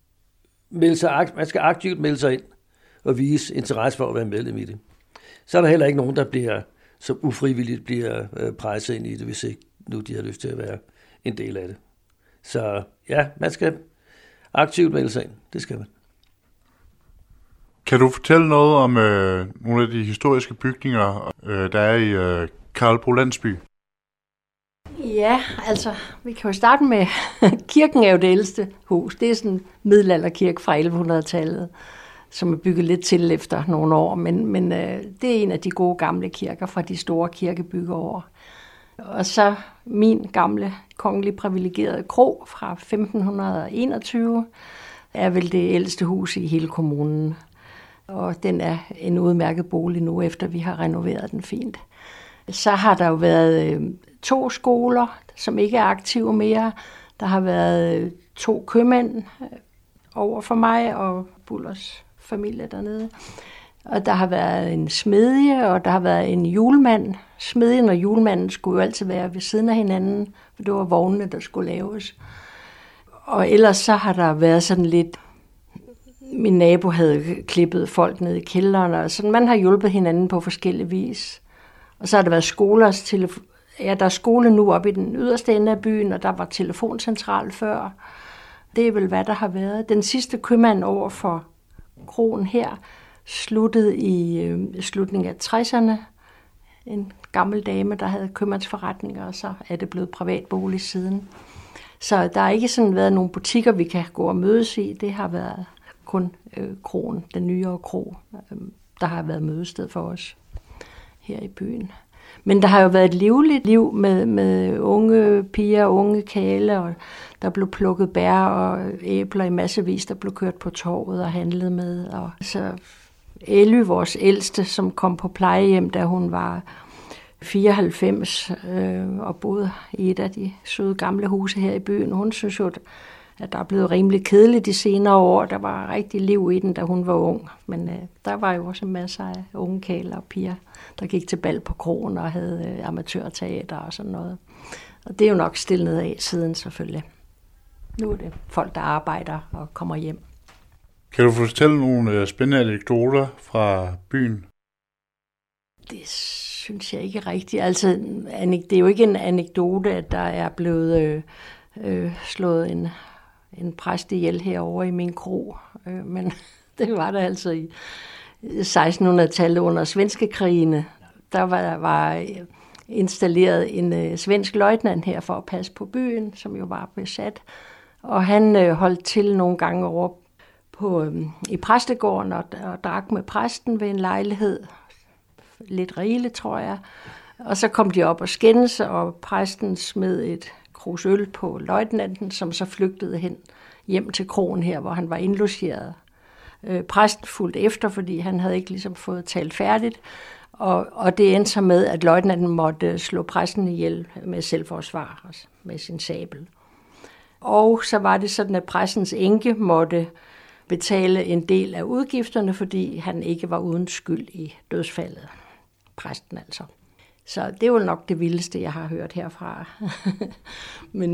aktivt melde sig ind og vise interesse for at være medlem i det. Så er der heller ikke nogen, der som ufrivilligt bliver presset ind i det, hvis ikke nu de har lyst til at være en del af det. Så ja, man skal aktivt melde sig ind. Det skal man. Kan du fortælle noget om nogle af de historiske bygninger, der er i Karlebro Landsby? Ja, altså, vi kan jo starte med, kirken er jo det ældste hus. Det er sådan en middelalderkirke fra 1100-tallet, som er bygget lidt til efter nogle år, men det er en af de gode gamle kirker fra de store kirkebyggeår. Og så min gamle kongeligt privilegerede kro fra 1521 er vel det ældste hus i hele kommunen. Og den er en udmærket bolig nu, efter vi har renoveret den fint. Så har der jo været 2 skoler, som ikke er aktive mere. Der har været 2 købmænd over for mig og Bullers familie dernede. Og der har været en smedje, og der har været en julemand. Smedjen og julemanden skulle jo altid være ved siden af hinanden, for det var vognene, der skulle laves. Og ellers så har der været sådan lidt... Min nabo havde klippet folk ned i kælderen, og sådan man har hjulpet hinanden på forskellige vis. Og så har der været skolers der er skole nu oppe i den yderste ende af byen, og der var telefoncentral før. Det er vel, hvad der har været. Den sidste købmand over for kroen her sluttede i slutningen af 60'erne. En gammel dame, der havde købmandsforretninger, og så er det blevet privatbolig siden. Så der har ikke sådan været nogle butikker, vi kan gå og mødes i. Det har været kun kroen, den nyere kro, der har været mødested for os her i byen. Men der har jo været et livligt liv med unge piger, unge kale, og der blev plukket bær og æbler i massevis, der blev kørt på torvet og handlet med. Og så Elly, vores ældste, som kom på plejehjem, da hun var 94 og boede i et af de søde gamle huse her i byen. Hun synes jo, at der er blevet rimelig kedeligt de senere år. Der var rigtig liv i den, da hun var ung. Men der var jo også masser af unge kæler og piger, der gik til bal på kroen og havde amatørteater og sådan noget. Og det er jo nok stillet af siden selvfølgelig. Nu er det folk, der arbejder og kommer hjem. Kan du fortælle nogle spændende anekdoter fra byen? Det synes jeg ikke rigtigt. Altså, det er jo ikke en anekdote, at der er blevet slået en præst ihjel herovre i min kro. Men det var der altså i 1600-tallet under svenskekrigene. Der var installeret en svensk løjtnant her for at passe på byen, som jo var besat. Og han holdt til nogle gange over i præstegården og drak med præsten ved en lejlighed. Lidt rigeligt, tror jeg. Og så kom de op og skændes, og præsten smed et krus øl på løjtnanten, som så flygtede hjem til kroen her, hvor han var indlogeret. Præsten fulgte efter, fordi han havde ikke ligesom fået talt færdigt, og det endte så med, at løjtnanten måtte slå præsten ihjel med selvforsvar med sin sabel. Og så var det sådan, at præstens enke måtte betale en del af udgifterne, fordi han ikke var uden skyld i dødsfaldet. Præsten altså. Så det er jo nok det vildeste, jeg har hørt herfra. Men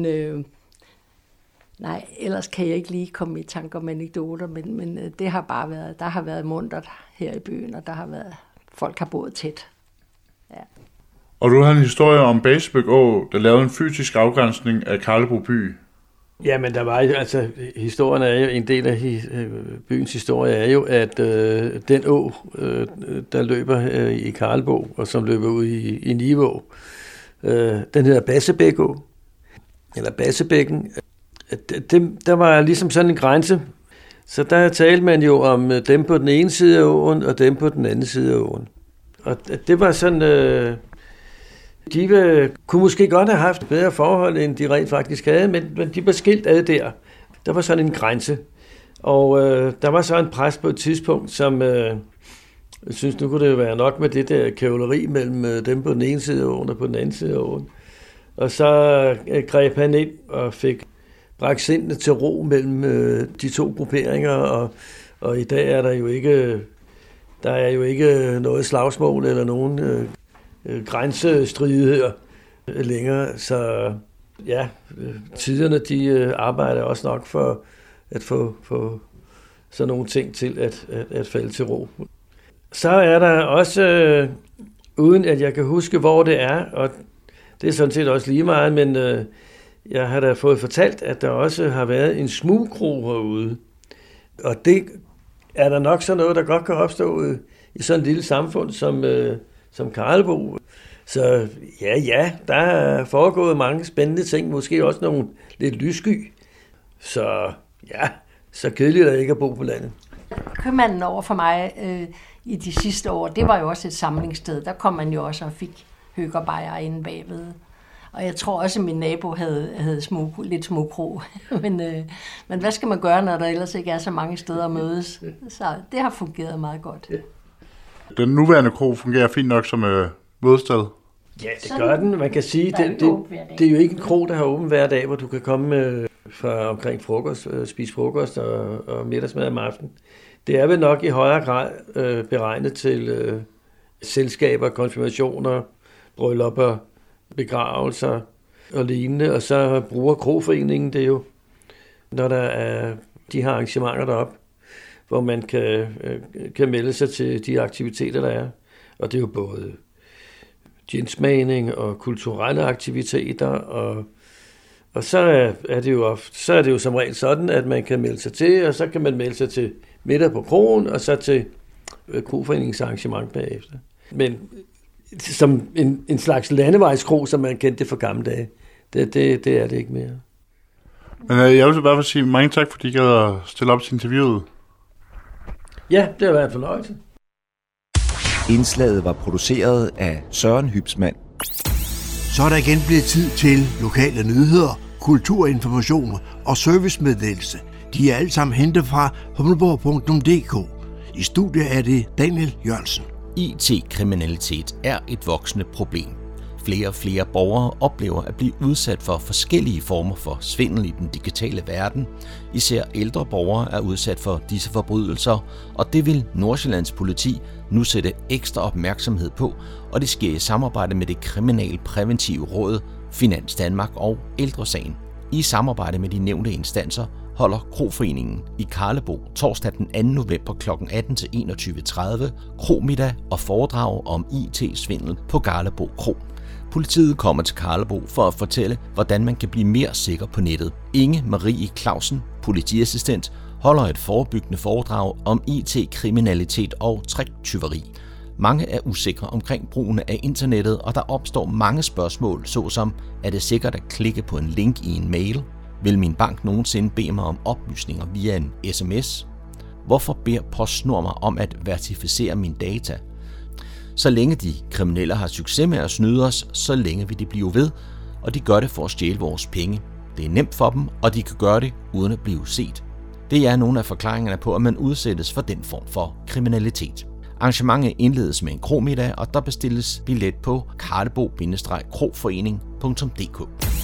nej, ellers kan jeg ikke lige komme i tanker om anekdoter, men det har bare været, der har været muntert her i byen, og der har været, folk har boet tæt. Ja. Og du har en historie om Basebæk Å, der lavede en fysisk afgrænsning af Karlebo by. Ja, men der var altså, historien er jo, en del af byens historie er jo, at den å, der løber i Karlebo, og som løber ud i Nivå, den hedder Bassebæk Å, eller Bassebækken. Der var ligesom sådan en grænse, så der talte man jo om dem på den ene side af åen, og dem på den anden side af åen. Og det var sådan, de kunne måske godt have haft bedre forhold, end de rent faktisk havde, men de var skilt ad der. Der var sådan en grænse. Og der var så en pres på et tidspunkt, som jeg synes, nu kunne det jo være nok med det der kævleri mellem dem på den ene side af åen og på den anden side af åen. Og så greb han ind og fik bragt sindene til ro mellem de to grupperinger, og i dag er der jo ikke noget slagsmål eller nogen grænsestridigheder længere, så ja, tiderne de arbejder også nok for at få sådan nogle ting til at falde til ro. Så er der også, uden at jeg kan huske, hvor det er, og det er sådan set også lige meget, men jeg har da fået fortalt, at der også har været en smugkro herude. Og det er der nok sådan noget, der godt kan opstå i sådan et lille samfund som Karlebo. Så ja, der er foregået mange spændende ting, måske også nogle lidt lyssky. Så ja, så kedeligt er det ikke at bo på landet. Købmanden over for mig i de sidste år, det var jo også et samlingssted. Der kom man jo også og fik høgerbajer inde bagved. Og jeg tror også, at min nabo havde lidt smugkro. men hvad skal man gøre, når der ellers ikke er så mange steder at mødes? Så det har fungeret meget godt. Den nuværende kro fungerer fint nok som mødested? Ja, det gør den. Man kan sige, det er jo ikke en kro, der har åben hver dag, hvor du kan komme fra omkring frokost, spise frokost og middagsmad om aftenen. Det er vel nok i højere grad beregnet til selskaber, konfirmationer, bryllupper, begravelser og lignende, og så bruger kroforeningen det jo, når der er de her arrangementer deroppe, hvor man kan melde sig til de aktiviteter, der er. Og det er jo både ginsmagning og kulturelle aktiviteter, og så er det jo som regel sådan, at man kan melde sig til, og så kan man melde sig til middag på kroen, og så til kroforeningens arrangement bagefter. Men som en slags landevejskro, som man kendte det for gamle dage. Det er det ikke mere. Men jeg vil bare sige mange tak, fordi I gad at stille op til interviewet. Ja, det har været en fornøjelse. Indslaget var produceret af Søren Hybsmann. Så er der igen blevet tid til lokale nyheder, kulturinformation og servicemeddelelse. De er alle sammen hentet fra humleborg.dk. I studiet er det Daniel Jørgensen. IT-kriminalitet er et voksende problem. Flere og flere borgere oplever at blive udsat for forskellige former for svindel i den digitale verden. Især ældre borgere er udsat for disse forbrydelser, og det vil Nordsjællands politi nu sætte ekstra opmærksomhed på, og det sker i samarbejde med det kriminalpræventive råd, Finans Danmark og Ældresagen. I samarbejde med de nævnte instanser holder Kroforeningen i Karlebo torsdag den 2. november kl. 18 til 21.30 kromiddag og foredrag om IT-svindel på Karlebo Kro. Politiet kommer til Karlebo for at fortælle, hvordan man kan blive mere sikker på nettet. Inge Marie Clausen, politiassistent, holder et forebyggende foredrag om IT-kriminalitet og tricktyveri. Mange er usikre omkring brugen af internettet, og der opstår mange spørgsmål, såsom: er det sikkert at klikke på en link i en mail? Vil min bank nogensinde bede mig om oplysninger via en sms? Hvorfor beder PostNord mig om at verificere mine data? Så længe de kriminelle har succes med at snyde os, så længe vil de blive ved, og de gør det for at stjæle vores penge. Det er nemt for dem, og de kan gøre det uden at blive set. Det er nogle af forklaringerne på, at man udsættes for den form for kriminalitet. Arrangementet indledes med en kromiddag, og der bestilles billet på karlebo-kroforening.dk.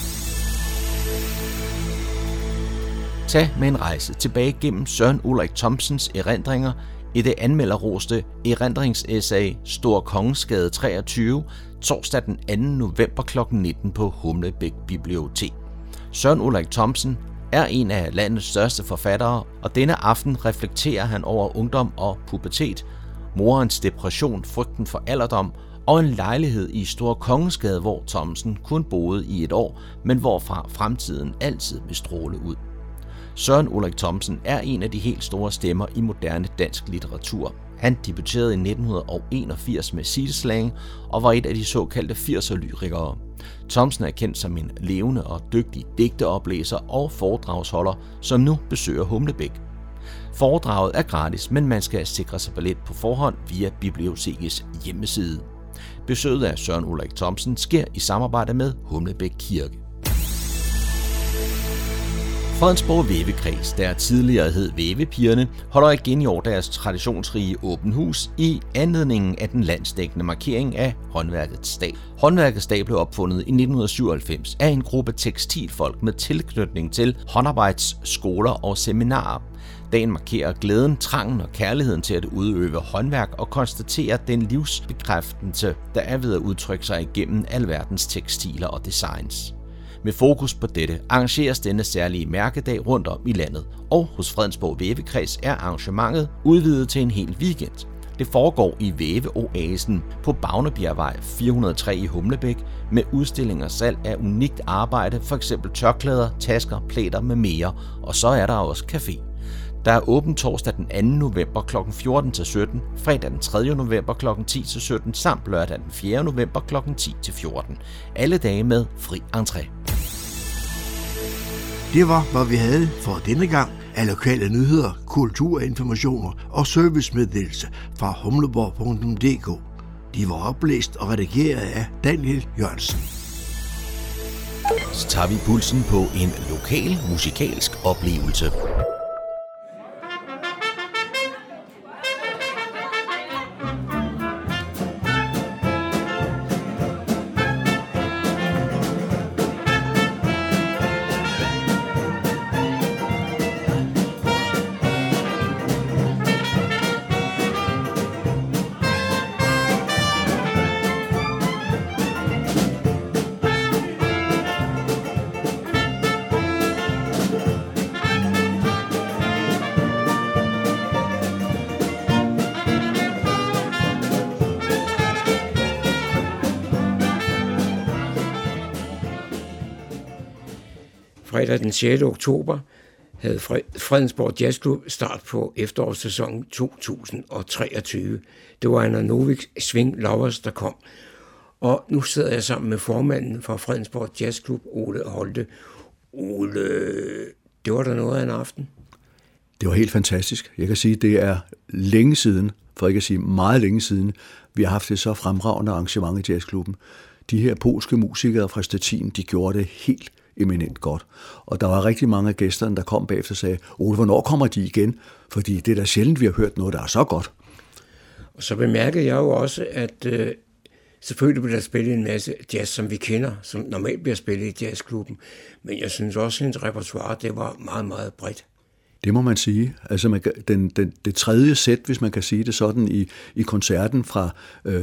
Tag med en rejse tilbage gennem Søren Ulrik Thomsens erindringer i det anmelderroste erindringsessay Stor Kongensgade 23, torsdag den 2. november kl. 19 på Humlebæk Bibliotek. Søren Ulrik Thomsen er en af landets største forfattere, og denne aften reflekterer han over ungdom og pubertet, morens depression, frygten for alderdom og en lejlighed i Store Kongensgade, hvor Thomsen kun boede i et år, men hvorfra fremtiden altid vil stråle ud. Søren Ulrik Thomsen er en af de helt store stemmer i moderne dansk litteratur. Han debuterede i 1981 med Citeslang og var et af de såkaldte 80'er-lyrikere. Thomsen er kendt som en levende og dygtig digteoplæser og foredragsholder, som nu besøger Humlebæk. Foredraget er gratis, men man skal sikre sig billet på forhånd via bibliotekets hjemmeside. Besøget af Søren Ulrik Thomsen sker i samarbejde med Humlebæk Kirke. Fredensborg Vævekreds, der tidligere hed Vævepigerne, holder igen i år deres traditionsrige åben hus i anledningen af den landsdækkende markering af håndværkets dag. Håndværkets dag blev opfundet i 1997 af en gruppe tekstilfolk med tilknytning til håndarbejdsskoler og seminarer. Dagen markerer glæden, trangen og kærligheden til at udøve håndværk og konstatere den livsbekræftelse, der er ved at udtrykke sig igennem alverdens tekstiler og designs. Med fokus på dette arrangeres denne særlige mærkedag rundt om i landet, og hos Fredensborg Vævekreds er arrangementet udvidet til en hel weekend. Det foregår i Væveoasen på Bagnebjergvej 403 i Humlebæk med udstillinger og salg af unikt arbejde, f.eks. tørklæder, tasker, plæter med mere, og så er der også café. Der er åbent torsdag den 2. november kl. 14-17, fredag den 3. november kl. 10-17 samt lørdag den 4. november kl. 10-14. Alle dage med fri entré. Det var, hvad vi havde for denne gang af lokale nyheder, kulturinformationer og servicemeddelelse fra humleborg.dk. De var oplæst og redigeret af Daniel Jørgensen. Så tager vi pulsen på en lokal musikalsk oplevelse. Fredag den 6. oktober havde Fredensborg Jazzklub start på efterårssæsonen 2023. Det var Anna Novik Swing Lovers, der kom. Og nu sidder jeg sammen med formanden for Fredensborg Jazzklub, Ole Holte. Ole, det var da noget af en aften. Det var helt fantastisk. Jeg kan sige, at det er længe siden, for ikke at sige meget længe siden, vi har haft et så fremragende arrangement i jazzklubben. De her polske musikere fra Stettin, de gjorde det helt eminent godt. Og der var rigtig mange af gæsterne, der kom bagefter og sagde, Ole, hvornår kommer de igen? Fordi det er da sjældent, vi har hørt noget, der er så godt. Og så bemærkede jeg jo også, at selvfølgelig bliver der spillet en masse jazz, som vi kender, som normalt bliver spillet i jazzklubben. Men jeg synes også, at hendes repertoire, det var meget, meget bredt. Det må man sige. Altså det tredje sæt, hvis man kan sige det sådan, i koncerten fra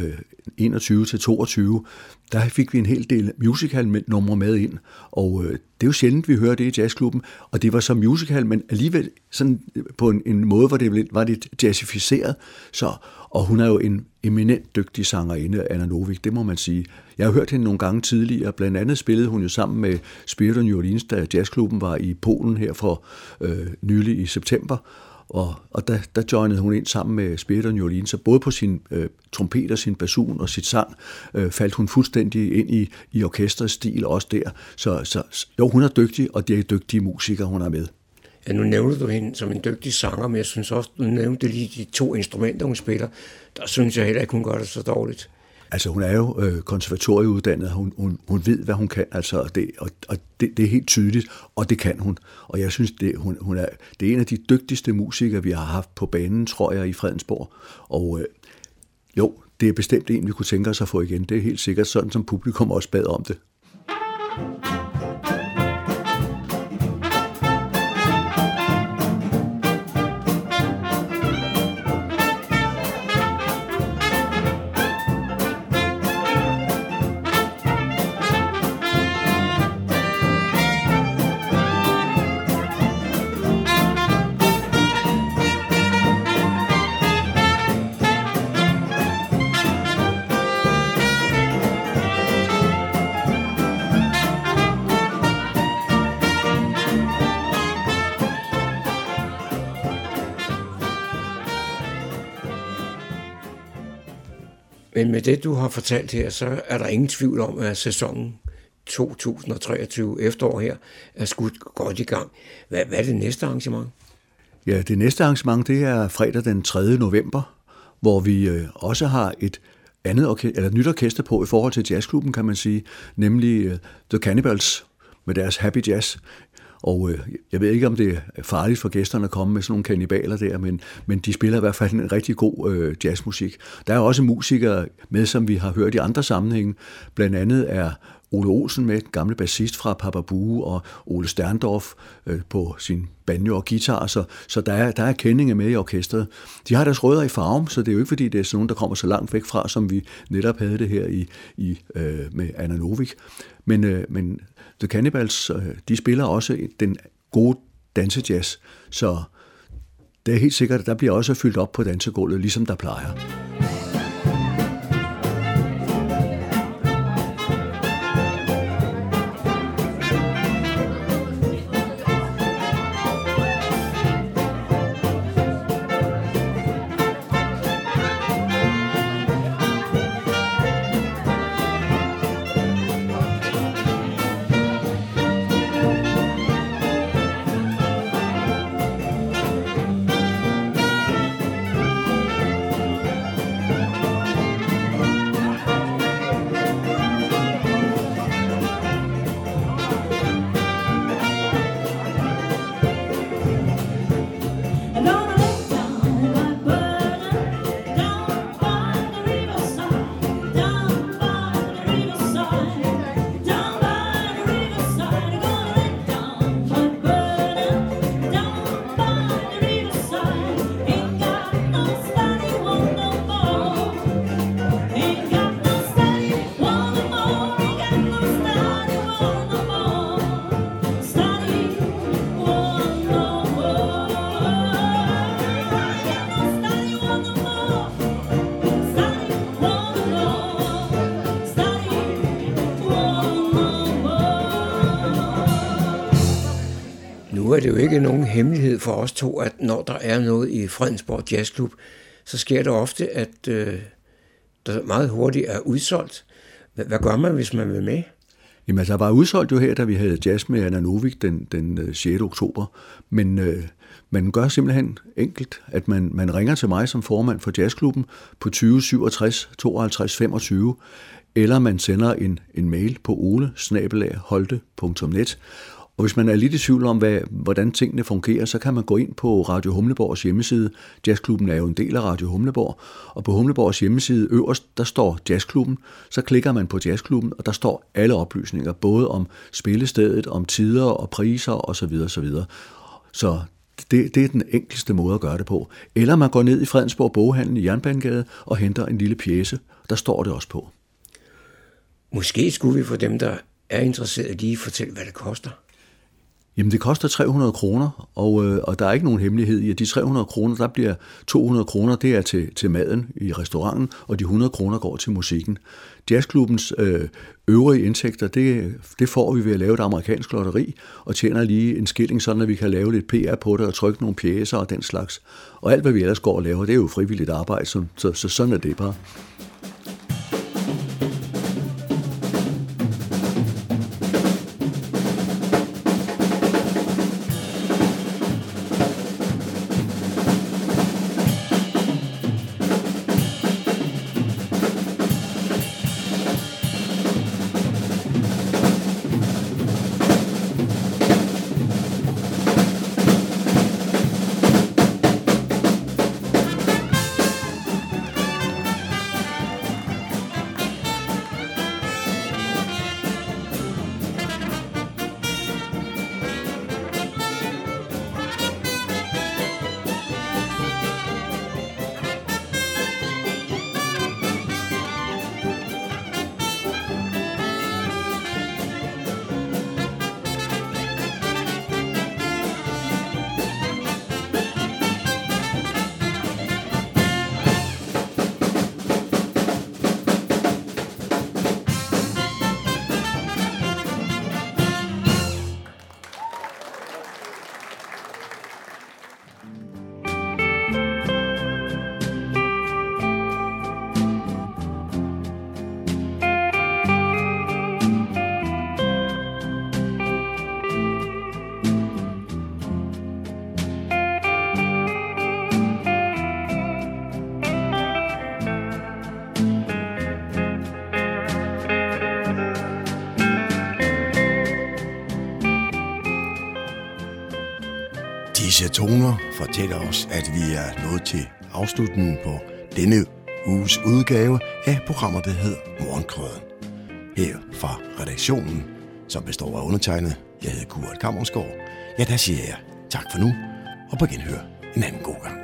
21 til 22, der fik vi en hel del musical-numre med ind. Og det er jo sjældent, vi hører det i jazzklubben. Og det var så musical, men alligevel sådan på en måde, hvor det var lidt jazzificeret. Og hun er jo en eminent dygtig sangerinde, Anna Novik, det må man sige. Jeg har hørt hende nogle gange tidligere. Blandt andet spillede hun jo sammen med Spirit of New Orleans, da jazzklubben var i Polen her for nylig i september. Og der joinede hun ind sammen med Spirit of New Orleans, og både på sin trompet og sin basun og sit sang faldt hun fuldstændig ind i orkestrets stil også der. Så jo, hun er dygtig, og det er dygtige musikere, hun er med. Ja, nu nævnte du hende som en dygtig sanger, men jeg synes også, du nævnte lige de 2 instrumenter, hun spiller. Der synes jeg heller ikke, hun gør det så dårligt. Altså, hun er jo konservatorieuddannet, hun ved, hvad hun kan, altså, og det er helt tydeligt, og det kan hun. Og jeg synes, det er en af de dygtigste musikere, vi har haft på banen, tror jeg, i Fredensborg. Og jo, det er bestemt en, vi kunne tænke os at få igen. Det er helt sikkert sådan, som publikum også bad om det. Men med det, du har fortalt her, så er der ingen tvivl om, at sæsonen 2023 efterår her er skudt godt i gang. Hvad er det næste arrangement? Ja, det næste arrangement, det er fredag den 3. november, hvor vi også har et nyt orkester på i forhold til jazzklubben, kan man sige, nemlig The Cannibals med deres Happy Jazz. Og jeg ved ikke, om det er farligt for gæsterne at komme med sådan nogle kannibaler der, men de spiller i hvert fald en rigtig god jazzmusik. Der er også musikere med, som vi har hørt i andre sammenhænge. Blandt andet er Ole Olsen med, den gamle bassist fra Papa Bue, og Ole Sterndorf på sin banjo og guitar, så der er kendinge med i orkestret. De har deres rødder i Farum, så det er jo ikke fordi, det er sådan nogen, der kommer så langt væk fra, som vi netop havde det her med Anna Novik. Men The Cannibals, de spiller også den gode dansejazz, så det er helt sikkert, at der bliver også fyldt op på dansegulvet, ligesom der plejer. Nu er det jo ikke nogen hemmelighed for os to, at når der er noget i Fredensborg Jazzklub, så sker det ofte, at der meget hurtigt er udsolgt. Hvad gør man, hvis man vil med? Jamen, der var udsolgt jo her, da vi havde jazz med Anna Novik den 6. oktober. Men man gør simpelthen enkelt, at man ringer til mig som formand for jazzklubben på 20 67 52 25, eller man sender en mail på ole@holte.net. Og hvis man er lidt i tvivl om, hvordan tingene fungerer, så kan man gå ind på Radio Humleborgs hjemmeside. Jazzklubben er jo en del af Radio Humleborg, og på Humleborgs hjemmeside øverst, der står Jazzklubben. Så klikker man på Jazzklubben, og der står alle oplysninger, både om spillestedet, om tider og priser osv. osv. Så det er den enkleste måde at gøre det på. Eller man går ned i Fredensborg Boghandel i Jernbanegade og henter en lille pjece. Der står det også på. Måske skulle vi for dem, der er interesseret, lige fortælle, hvad det koster. Jamen, det koster 300 kroner, og der er ikke nogen hemmelighed i, at de 300 kroner, der bliver 200 kroner, det er til maden i restauranten, og de 100 kroner går til musikken. Jazzklubbens øvrige indtægter, det får vi ved at lave et amerikansk lotteri, og tjener lige en skilling, sådan at vi kan lave lidt PR på det, og trykke nogle pjecer og den slags. Og alt, hvad vi ellers går og laver, det er jo frivilligt arbejde, så sådan er det bare. Disse toner fortæller os, at vi er nået til afslutningen på denne uges udgave af programmet, der hedder Morgenkrøden. Her fra redaktionen, som består af undertegnet, jeg hedder Kurt Kammersgaard. Ja, der siger jeg tak for nu, og på genhør en anden god gang.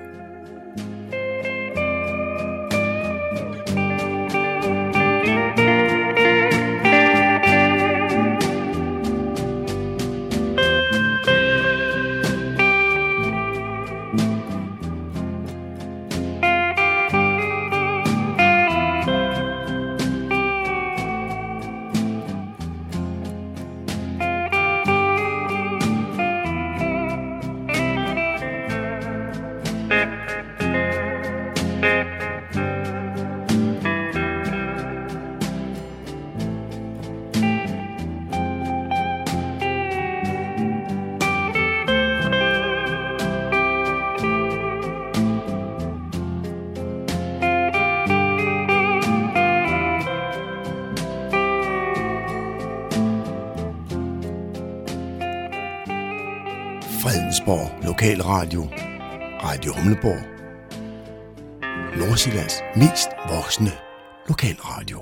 Fredensborg Lokalradio, Radio Humleborg, Nordsjællands mest voksne lokalradio.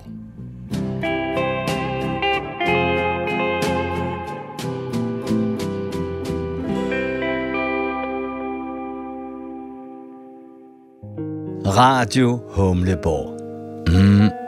Radio Humleborg.